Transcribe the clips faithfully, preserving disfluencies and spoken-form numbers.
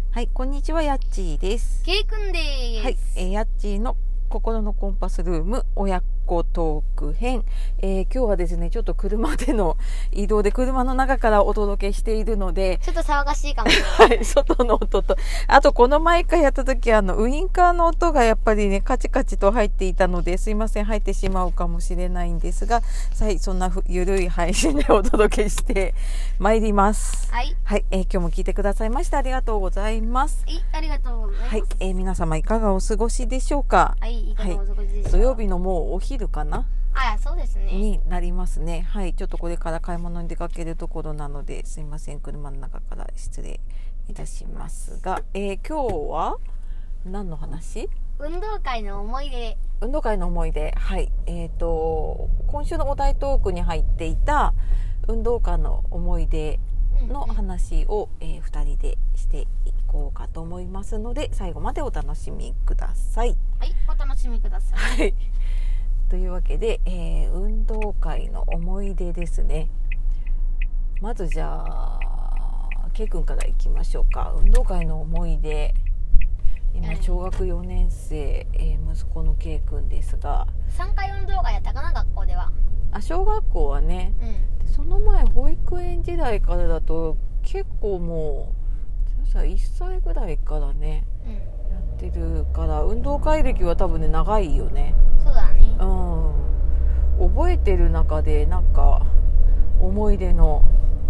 はい、こんにちは、やっちーです。 けいくんです。 はい、えー、やっちーの心のコンパスルーム親子トーク編、えー、今日はですねちょっと車での移動で車の中からお届けしているのでちょっと騒がしいかもしれない、 はい、外の音とあとこの前回やった時あのウインカーの音がやっぱりねカチカチと入っていたのですいません入ってしまうかもしれないんですが、はい、そんなゆるい配信でお届けしてまいります。 はい、 はい、えー、今日も聞いてくださいましてありがとうございます。 はい、ありがとうございます。 はい、えー、皆様いかがお過ごしでしょうか。 はい、いかがお過ごしでしょうか。 土曜日のもうお昼かなあ、そうですねになりますね。はい、ちょっとこれから買い物に出かけるところなのですいません車の中から失礼いたしますが、えー、今日は何の話？ 運動会の思い出。 運動会の思い出。はい、えーと今週のお題トークに入っていた運動会の思い出の話を、うんうんえー、ふたりでしていこうかと思いますので最後までお楽しみください。 はい、お楽しみください。 はいというわけで、えー、運動会の思い出ですね。まずじゃあ K 君からいきましょうか。運動会の思い出。今小学よねん生、えー、息子の K 君ですがさんかい運動会やったかな学校では。 あ小学校はね、 うん、 でその前保育園時代からだと結構もういっさいぐらいからね、うん、やってるから運動会歴は多分ね長いよね。 そうだね。 うん、覚えてる中でなんか思い出の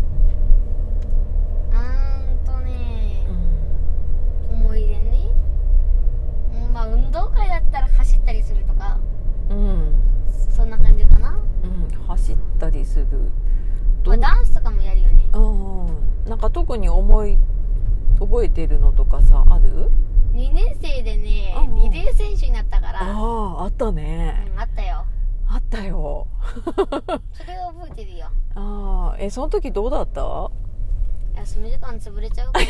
うーんとね、うん、思い出ね、うん、まあ運動会だったら走ったりするとか、うん、そんな感じかな。 うん、走ったりする。 まあ、ダンスとかもやるよね。 うん、うん、なんか特に思い覚えてるのとかさある？ にねん生でね、うん、リレー選手になったから。 ああ、あったね。 うん、あったよ。 あったよ。 それを覚えてるよ。 ああ、え、その時どうだった？ 休み時間潰れちゃうから。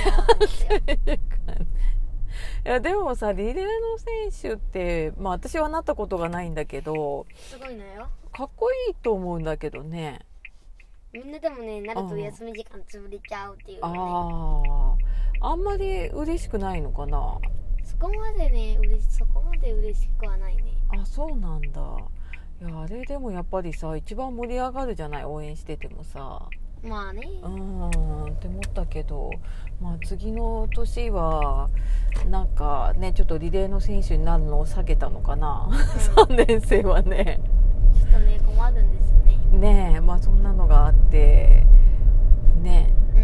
いやでもさリレーの選手ってまあ私はなったことがないんだけどすごいのよ。 かっこいいと思うんだけどね。 みんなでもねなると休み時間潰れちゃうっていう、ね、 あああんまり嬉しくないのかな。 そこまでねうれしそこまで嬉しくはないね。 あそうなんだ。いやあれでもやっぱりさ一番盛り上がるじゃない応援しててもさ。 まあねうんって思ったけど、まあ、次の年はなんかねちょっとリレーの選手になるのを避けたのかな、うん、さんねん生はねちょっとね困るんですね。 ねえまあそんなのがあってねうん、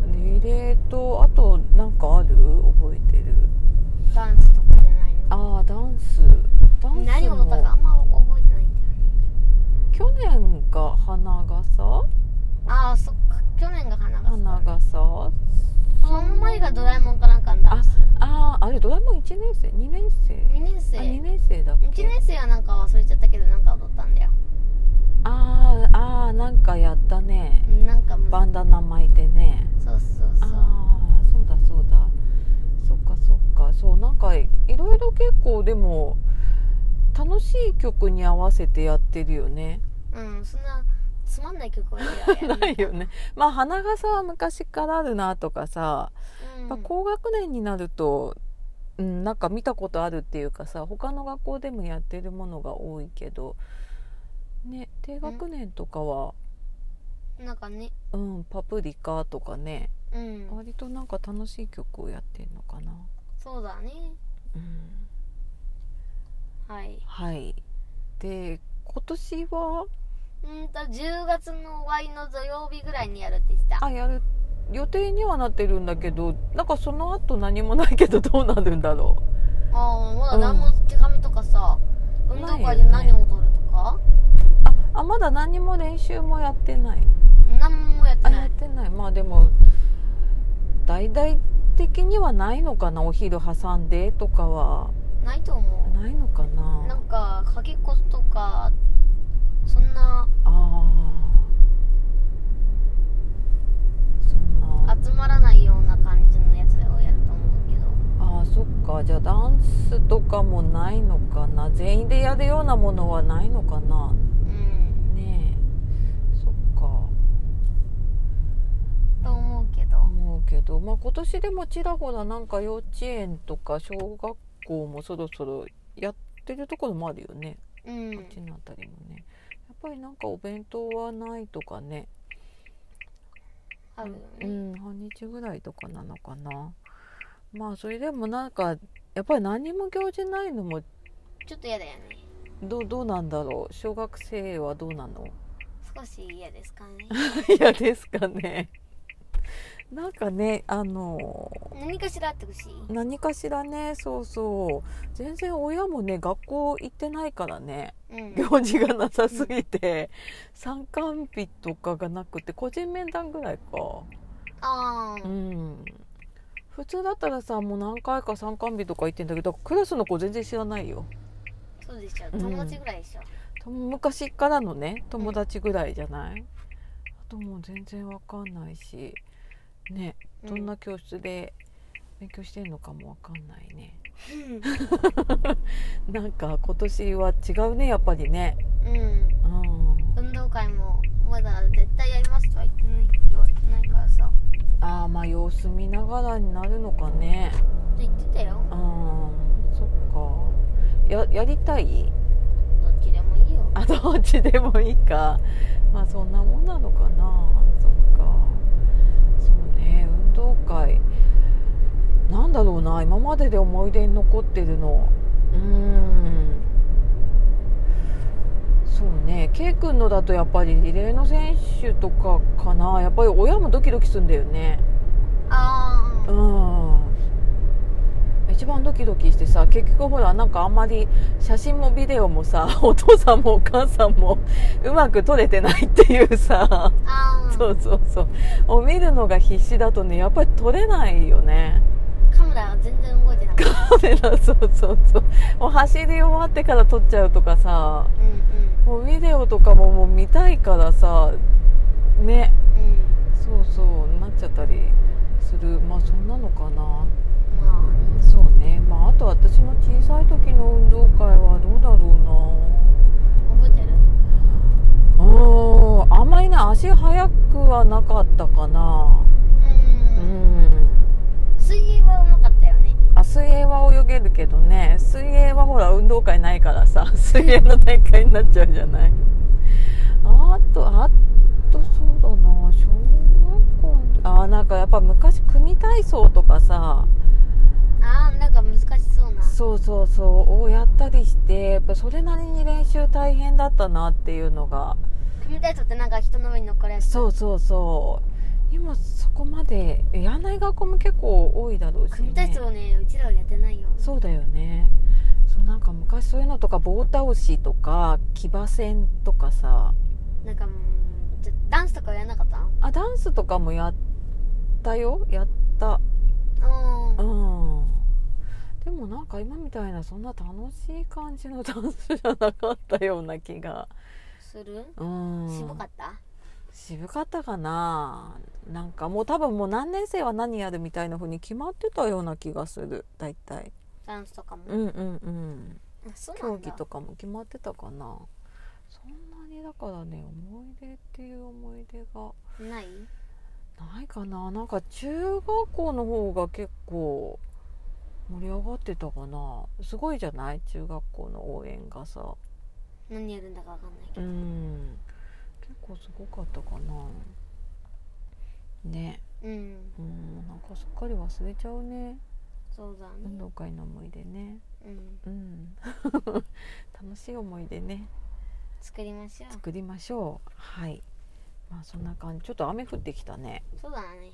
うん、リレーとあとなんかある覚えてるダンスとかじゃないの？ ああダンスダンスも何を踊ったかあんま覚えてないんだよね。 去年が花笠ああそっか去年が花笠花笠その前がドラえもんかなんかのダンス。 あああれドラえもんいちねん生にねん生にねん生あにねん生だっけ。 いちねん生はなんか忘れちゃったけどなんか踊ったんだよ。 あーあーなんかやったね。 なんかバンダナ巻いてね。 そうそうそう。 ああそうだそうだそっかそっかそうなんかいろいろ結構でも楽しい曲に合わせてやってるよね。 うんそんなつまんない曲はないよね。まあ花笠は昔からあるなとかさ、うん、やっぱ高学年になると、うん、なんか見たことあるっていうかさ他の学校でもやってるものが多いけどね低学年とかは、 うん、なんかね、 うん、パプリカとかね、 うん、 割となんか楽しい曲をやってんのかな。 そうだね、 うん、 はいはいで今年はうんとじゅうがつの終わりの土曜日ぐらいにやるって言ってた。 あやる予定にはなってるんだけどなんかその後何もないけどどうなるんだろう。ああまだ何も手紙とかさ、うん、運動会で何を踊るとか、 ね、ああまだ何も練習もやってない。 何もやってない。 あやってない。まあでも大々的にはないのかな。お昼挟んでとかはないと思う。 ないのかな。 なんかかけっことかそんなあそんな集まらないような感じのやつをやると思うけど。 あそっかじゃあダンスとかもないのかな。全員でやるようなものはないのかな。うんねえそっかと思うけど。 思ううけど、まあ、今年でもちらほらなんか幼稚園とか小学校もそろそろやってるところもあるよね、 うん、 こっちのあたりもね。やっぱりなんかお弁当はないとかね、 あるよね、 うん、半日ぐらいとかなのかな。まあそれでもなんかやっぱり何も行事ないのもちょっと嫌だよね。 どう、どうなんだろう。小学生はどうなの？ 少し嫌ですかね。 嫌ですかね。なんかね、あの何かしらあってほしい。 何かしらね、そうそう。全然親もね、学校行ってないからね、 うん、 行事がなさすぎて、うん、参観日とかがなくて、個人面談ぐらいか。 ああ。 うん。普通だったらさ、もう何回か参観日とか行ってんだけど、クラスの子全然知らないよ。 そうでしょ、友達ぐらいでしょ。 うん、昔からのね、友達ぐらいじゃない？うん、あともう全然わかんないし。ね、どんな教室で勉強してるのかもわかんないね、うん、なんか今年は違うね、やっぱりね、 うん、うん、運動会もまだ絶対やりますとは言ってない、言われてないからさ。 ああ、まあ様子見ながらになるのかね。 って言ってたよ。 ああ、そっか。や、やりたい？ どっちでもいいよ。 あ、どっちでもいいか。まあそんなもんなのかな。そっか。運動会なんだろうな、今までで思い出に残ってるの、うーん、そうね、K君のだとやっぱりリレーの選手とかかな。やっぱり親もドキドキするんだよね。 ああ、 うん、一番ドキドキしてさ、結局ほらなんかあんまり写真もビデオもさ、お父さんもお母さんもうまく撮れてないっていうさ、 あ、 そうそうそう、を見るのが必死だとね、やっぱり撮れないよね。 カメラは全然動いてなかった。 カメラ、そうそうそう、もう走り終わってから撮っちゃうとかさ、うんうん、もうビデオとかももう見たいからさね、うん、そうそうなっちゃったりする。まあそんなのかな。まあ、そうね。まああと私の小さい時の運動会はどうだろうな。覚えてる？ うん、あんまりね、足速くはなかったかな。うん、うん、 水泳はうまかったよね。 あ、水泳は泳げるけどね、水泳はほら運動会ないからさ、水泳の大会になっちゃうじゃない。あとあとそうだな、小学校、あ、なんかやっぱ昔組体操とかさ、 あ、なんか難しそうな、 そうそうそうをやったりして、やっぱそれなりに練習大変だったなっていうのが。 組体操ってなんか人の上に乗っかるやつ。 そうそうそう、今そこまでやらない学校も結構多いだろうし、ね、 組体操ね、うちらはやってないよ。 そうだよね。そう、なんか昔そういうのとか、棒倒しとか騎馬戦とかさ、 なんかもうじゃダンスとかやらなかった？ あ、ダンスとかもやったよ、やった。うん、うん、でもなんか今みたいなそんな楽しい感じのダンスじゃなかったような気がする。 うん、 渋かった？ 渋かったかな。なんかもう多分もう何年生は何やるみたいな風に決まってたような気がする、大体。 ダンスとかも。 うんうんうん。 あ、そうなんだ。 競技とかも決まってたかな。そんなにだからね、思い出っていう思い出がない？ ないかな。なんか中学校の方が結構盛り上がってたかな。すごいじゃない、中学校の応援がさ。 何やるんだかわかんないけど。 うん。結構すごかったかな。ね。うん。うん、なんかすっかり忘れちゃうね。 そうだね。 運動会の思い出ね。うん。うん。楽しい思い出ね。 作りましょう。 作りましょう。はい。まあそんな感じ。ちょっと雨降ってきたね。 そうだね。 うん。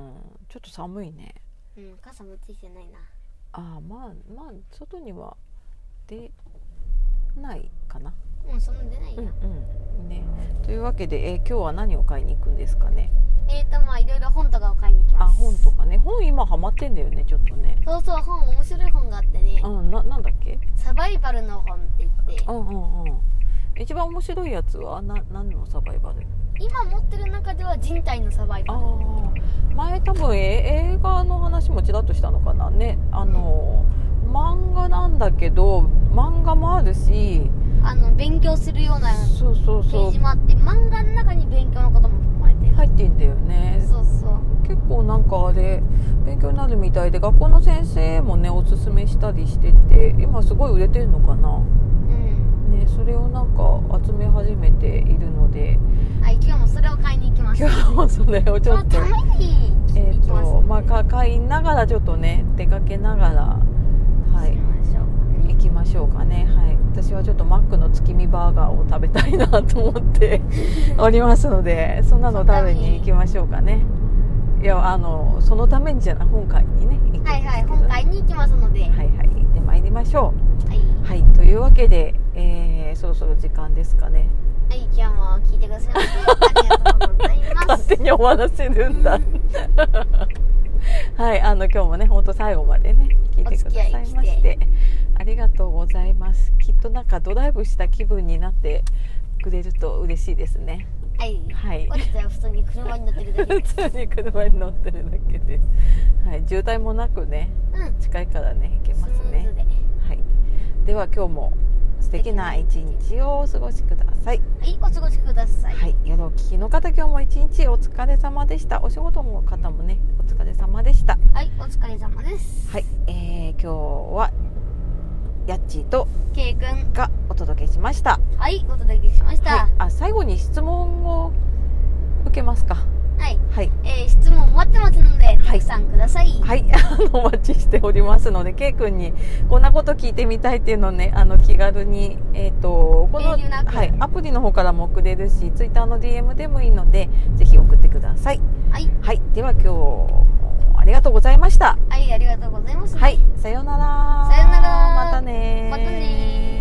ちょっと寒いね。 うん。傘もついてないな。 ああ、まあまあ外には出ないかな。 うん、そんな出ないよ。 うんうんね。というわけで、えー、今日は何を買いに行くんですかね。 えーとまあいろいろ本とかを買いに行きます。 あ、本とかね。本今ハマってんだよね、ちょっとね。 そうそう、本面白い本があってね。 うん、な、なんだっけ？ サバイバルの本って言って。 うんうんうん。一番面白いやつはな、何のサバイバル？ 今持ってる中では人体のサバイバル。 ああ、前多分え映画の話もちらっとしたのかなね。あの、うん、漫画なんだけど、漫画もあるし、 あの勉強するようなそうそうそうページもあって、漫画の中に勉強のことも含まれてる。 入ってんだよね。 そうそう。 結構なんかあれ勉強になるみたいで、学校の先生もねおすすめしたりしてて、今すごい売れてるのかな、 うんね、それをなんか集め始めているので、 はい、今日もそれを買いに行きます。 今日もそれをちょっとそのためにえー行きます、 とまあ、か買いながらちょっとね出かけながら、はい、 行きましょうかね。 行きましょうかね。はい、私はちょっとマックの月見バーガーを食べたいなと思っておりますので、そんなの食べに行きましょうかね。いや、あのそのためにじゃない、本会にね行くんですけどね。 はいはい、本会に行きますので、はいはいはい、行ってまいりましょう。 はい、 はい、というわけで、えー、そろそろ時間ですかね。 はい、今日も聞いてくださいましてありがとうございます。 勝手に終わらせるんだはい、あの今日もね本当最後までね聞いてくださいましてありがとうございます。きっとなんかドライブした気分になってくれると嬉しいですね。 はい、 はい、 私は普通に車に乗ってるだけです。 普通に車に乗ってるだけです。はい、渋滞もなくね、 うん、 近いからね行けますね。 スムーズで、 はい、では今日も素敵な一日をお過ごしください。 はい、お過ごしください。 はい、夜お聞きの方、今日も一日お疲れ様でした。お仕事の方もねお疲れ様でした。 はい、お疲れ様です。 はい、えー、今日はやっちーと K 君がお届けしました。 はい、お届けしました。 はい、あ、最後に質問を受けますか。 はい、 はい、 えー、質問待ってますので、たくさんください。 はい、あのお待ちしておりますので、K 君にこんなこと聞いてみたいっていうのをね、あの気軽に、えー、とこの、 遠慮なく、 はい、アプリの方からも送れるし、ツイッターの ディーエム でもいいのでぜひ送ってください。 はい、 はい、では今日もありがとうございました。 はい、ありがとうございます。 はい、さようなら。 さようなら。 またね。 またね。